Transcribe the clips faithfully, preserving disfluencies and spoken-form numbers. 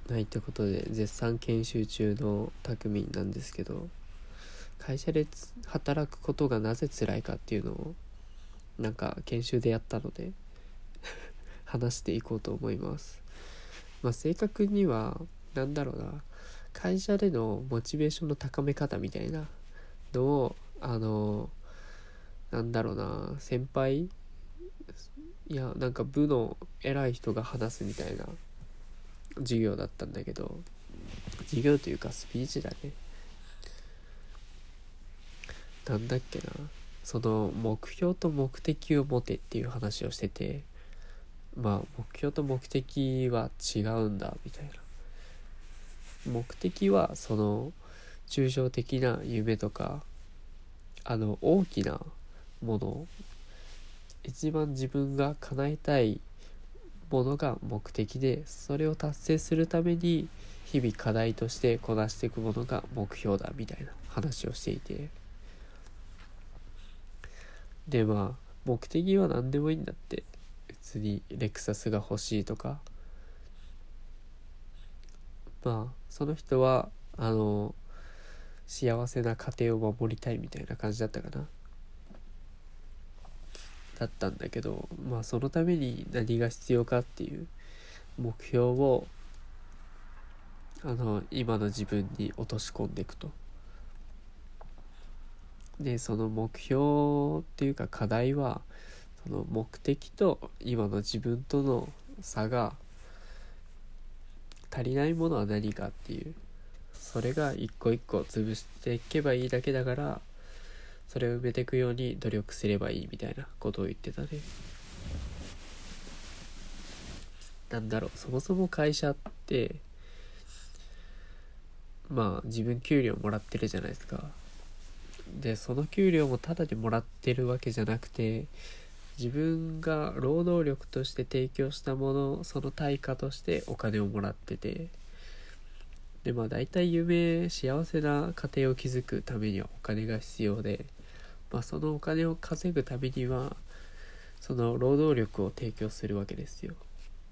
はいってことで絶賛研修中のたくみんなんですけど、会社で働くことがなぜ辛いかっていうのをなんか研修でやったので話していこうと思います。まあ正確にはなんだろうな、会社でのモチベーションの高め方みたいなのをあのなんだろうな先輩いやなんか部の偉い人が話すみたいな授業だったんだけど、授業というかスピーチだね。なんだっけな、その目標と目的を持てっていう話をしてて、まあ目標と目的は違うんだみたいな。目的はその抽象的な夢とかあの大きなもの、一番自分が叶えたいものが目的で、それを達成するために日々課題としてこなしていくものが目標だみたいな話をしていて、でまあ目的は何でもいいんだって。別にレクサスが欲しいとか、まあその人はあの幸せな家庭を守りたいみたいな感じだったかなだったんだけど、まあそのために何が必要かっていう目標をあの今の自分に落とし込んでいくと。でその目標っていうか課題は、その目的と今の自分との差が、足りないものは何かっていう、それが一個一個潰していけばいいだけだから、それを埋めていくように努力すればいいみたいなことを言ってたね。なんだろう、そもそも会社ってまあ自分給料もらってるじゃないですか。でその給料もただでもらってるわけじゃなくて、自分が労働力として提供したもの、その対価としてお金をもらってて、でまあ大体夢、幸せな家庭を築くためにはお金が必要で、まあそのお金を稼ぐためにはその労働力を提供するわけですよ。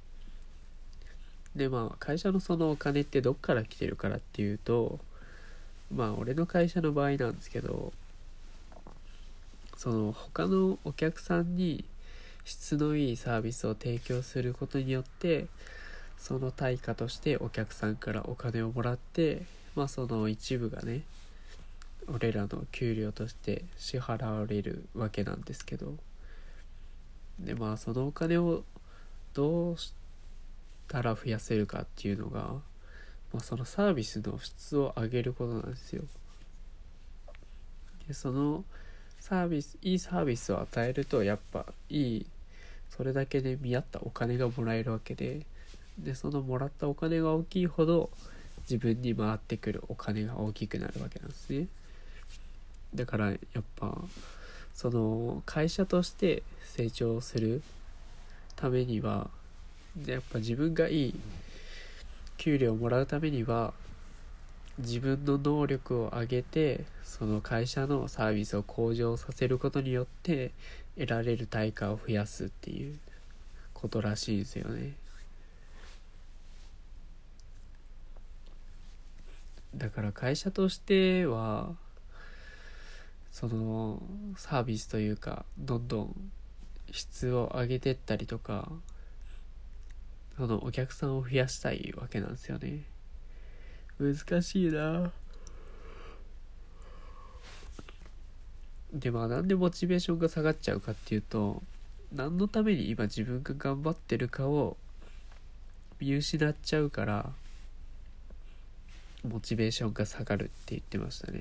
でまあ会社のそのお金ってどっから来てるからっていうと、まあ俺の会社の場合なんですけど、その他のお客さんに質のいいサービスを提供することによって、その対価としてお客さんからお金をもらって、まあその一部がね俺らの給料として支払われるわけなんですけど、でまあそのお金をどうしたら増やせるかっていうのが、まあ、そのサービスの質を上げることなんですよ。でそのサービスいいサービスを与えると、やっぱいい、それだけで見合ったお金がもらえるわけで、でそのもらったお金が大きいほど自分に回ってくるお金が大きくなるわけなんですね。だからやっぱその会社として成長するためには、でやっぱ自分がいい給料をもらうためには、自分の能力を上げてその会社のサービスを向上させることによって得られる対価を増やすっていうことらしいんですよね。だから会社としてはそのサービスというかどんどん質を上げてったりとか、そのお客さんを増やしたいわけなんですよね。難しいな。でまあなんでモチベーションが下がっちゃうかっていうと、何のために今自分が頑張ってるかを見失っちゃうからモチベーションが下がるって言ってましたね。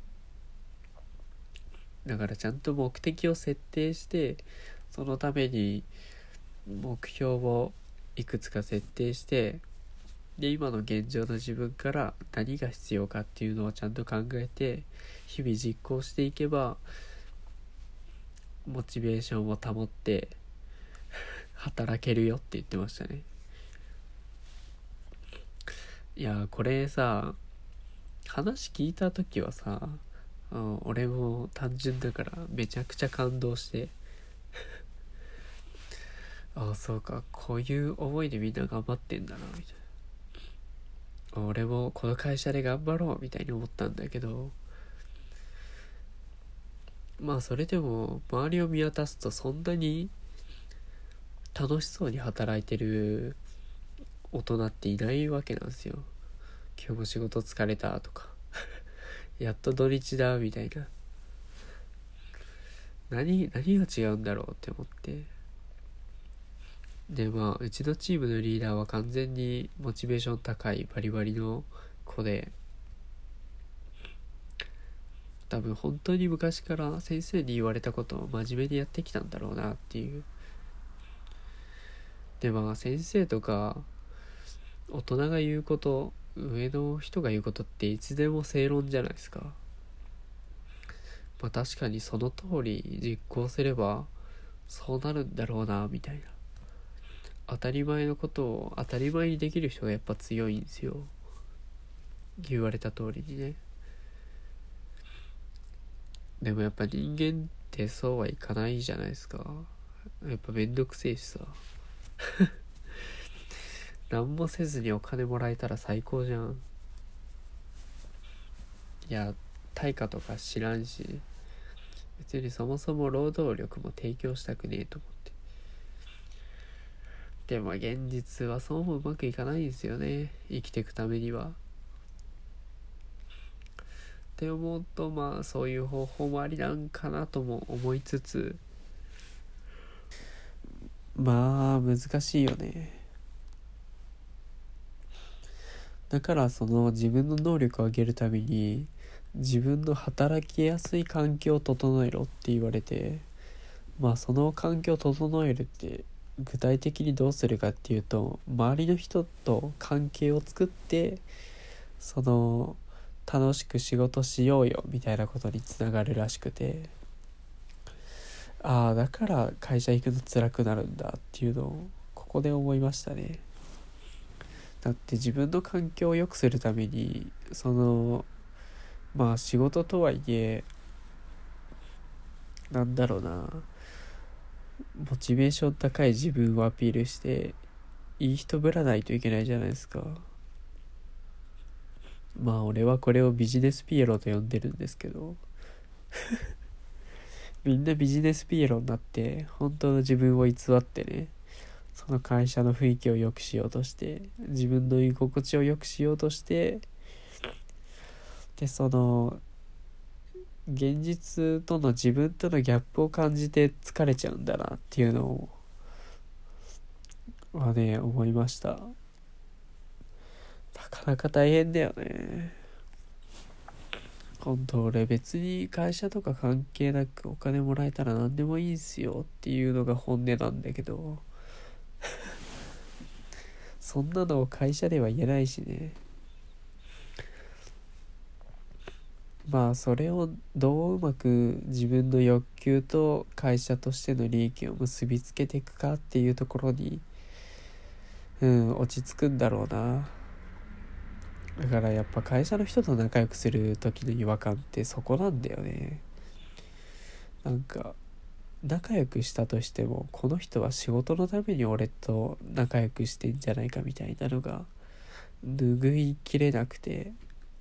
だからちゃんと目的を設定して、そのために目標をいくつか設定して、で今の現状の自分から何が必要かっていうのをちゃんと考えて日々実行していけば、モチベーションを保って働けるよって言ってましたね。いやこれさ、話聞いた時はさ、うん、俺も単純だからめちゃくちゃ感動してああそうか、こういう思いでみんな頑張ってんだなみたい俺もこの会社で頑張ろうみたいに思ったんだけど、まあそれでも周りを見渡すとそんなに楽しそうに働いてる大人っていないわけなんですよ。今日も仕事疲れたとかやっと土日だみたいな、何何が違うんだろうって思って、でまあうちのチームのリーダーは完全にモチベーション高いバリバリの子で、多分本当に昔から先生に言われたことを真面目にやってきたんだろうなっていう。でまあ先生とか大人が言うこと、上の人が言うことっていつでも正論じゃないですか。まあ確かにその通り実行すればそうなるんだろうなみたいな、当たり前のことを当たり前にできる人がやっぱ強いんですよ、言われた通りにね。でもやっぱ人間ってそうはいかないじゃないですか。やっぱめんどくせえしさ何もせずにお金もらえたら最高じゃん。いや対価とか知らんし、別にそもそも労働力も提供したくねえと思って。でも現実はそうもうまくいかないんですよね、生きていくためには。って思うと、まあそういう方法もありなんかなとも思いつつ、まあ難しいよね。だからその自分の能力を上げるために自分の働きやすい環境を整えろって言われて、まあその環境を整えるって具体的にどうするかっていうと、周りの人と関係を作ってその楽しく仕事しようよみたいなことにつながるらしくて、ああだから会社行くの辛くなるんだっていうのをここで思いましたね。だって自分の環境を良くするためにそのまあ仕事とはいえなんだろうな、モチベーション高い自分をアピールしていい人ぶらないといけないじゃないですか。まあ俺はこれをビジネスピエロと呼んでるんですけどみんなビジネスピエロになって本当の自分を偽ってね、その会社の雰囲気を良くしようとして、自分の居心地を良くしようとして、でその現実との自分とのギャップを感じて疲れちゃうんだなっていうのはね思いました。なかなか大変だよね。本当俺別に会社とか関係なくお金もらえたら何でもいいんすよっていうのが本音なんだけどそんなのを会社では言えないしね。まあそれをどううまく自分の欲求と会社としての利益を結びつけていくかっていうところにうん落ち着くんだろうな。だからやっぱ会社の人と仲良くする時の違和感ってそこなんだよね。なんか仲良くしたとしてもこの人は仕事のために俺と仲良くしてんじゃないかみたいなのが拭いきれなくて、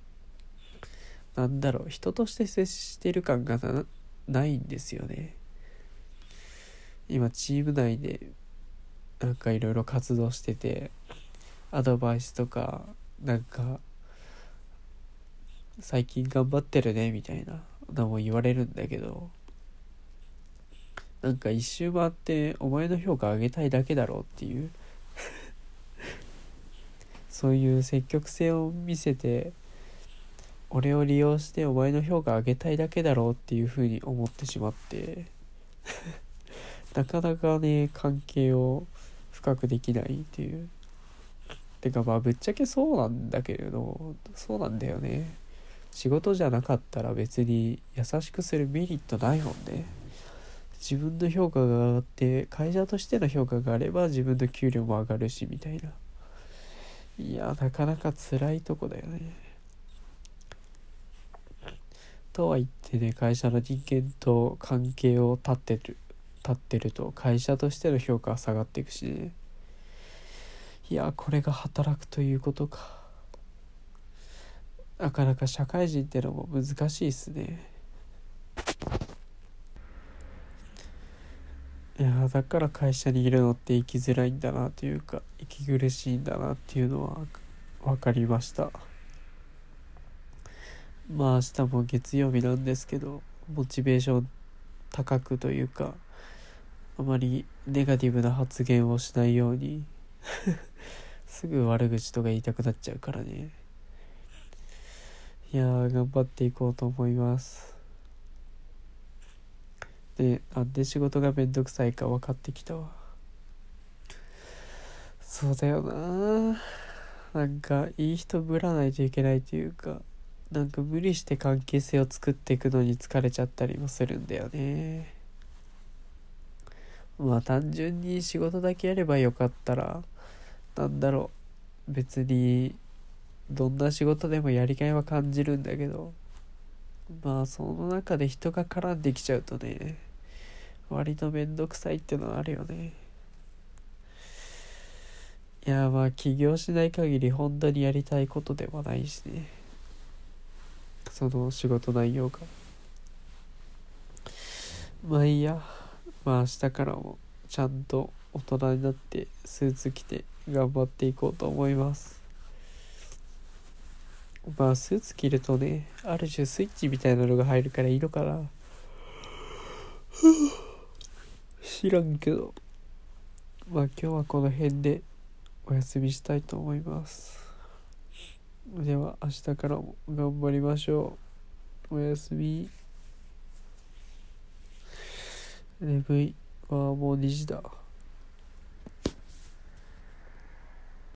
なんだろう、人として接してる感が な, ないんですよね。今チーム内でなんかいろいろ活動してて、アドバイスとかなんか最近頑張ってるねみたいなのも言われるんだけど、なんか一周回ってお前の評価上げたいだけだろうっていうそういう積極性を見せて俺を利用してお前の評価上げたいだけだろうっていう風に思ってしまってなかなかね関係を深くできないっていう。てかまあぶっちゃけそうなんだけれど、そうなんだよね。仕事じゃなかったら別に優しくするメリットないもんね。自分の評価が上がって会社としての評価があれば自分の給料も上がるしみたいな。いやなかなか辛いとこだよね。とは言ってね、会社の人間と関係を立ってる立ってると会社としての評価は下がっていくしね。いやこれが働くということか。 なかなか社会人ってのも難しいっすね。いやだから会社にいるのって生きづらいんだなというか、息苦しいんだなっていうのは分かりました。まあ明日も月曜日なんですけど、モチベーション高くというか、あまりネガティブな発言をしないようにすぐ悪口とか言いたくなっちゃうからね。いやー頑張っていこうと思います。で、なんで仕事がめんどくさいか分かってきたわ。そうだよな、なんかいい人ぶらないといけないというか、なんか無理して関係性を作っていくのに疲れちゃったりもするんだよね。まあ単純に仕事だけやればよかったら、なんだろう、別にどんな仕事でもやりがいは感じるんだけど、まあその中で人が絡んできちゃうとね、割とめんどくさいってのはあるよね。いやまあ起業しない限り本当にやりたいことでもないしね、その仕事内容が。まあいいや、まあ明日からもちゃんと大人になってスーツ着て頑張っていこうと思います。まあスーツ着るとね、ある種スイッチみたいなのが入るからいいのかな知らんけど、まあ今日はこの辺でお休みしたいと思います。では明日からも頑張りましょう。おやすみ。眠い。ああもうにじだ。